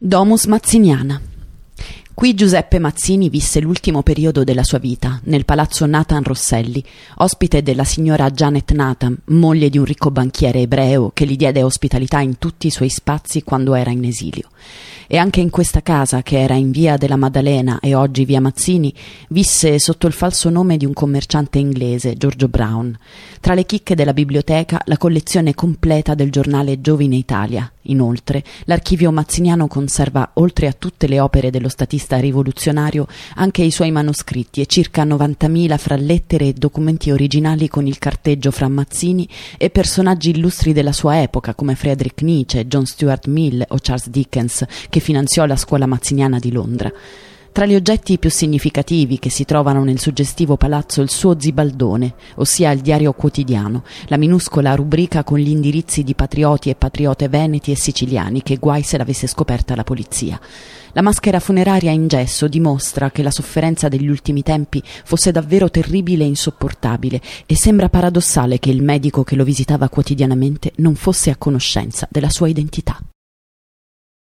Domus Mazziniana. Qui Giuseppe Mazzini visse l'ultimo periodo della sua vita, nel palazzo Nathan Rosselli, ospite della signora Janet Nathan, moglie di un ricco banchiere ebreo che gli diede ospitalità in tutti i suoi spazi quando era in esilio. E anche in questa casa, che era in via della Maddalena e oggi via Mazzini, visse sotto il falso nome di un commerciante inglese, Giorgio Brown. Tra le chicche della biblioteca, la collezione completa del giornale Giovine Italia. Inoltre, l'archivio mazziniano conserva, oltre a tutte le opere dello statista rivoluzionario, anche i suoi manoscritti e circa 90.000 fra lettere e documenti originali con il carteggio fra Mazzini e personaggi illustri della sua epoca come Friedrich Nietzsche, John Stuart Mill o Charles Dickens, che finanziò la scuola mazziniana di Londra. Tra gli oggetti più significativi che si trovano nel suggestivo palazzo il suo zibaldone, ossia il diario quotidiano, la minuscola rubrica con gli indirizzi di patrioti e patriote veneti e siciliani che guai se l'avesse scoperta la polizia. La maschera funeraria in gesso dimostra che la sofferenza degli ultimi tempi fosse davvero terribile e insopportabile, e sembra paradossale che il medico che lo visitava quotidianamente non fosse a conoscenza della sua identità.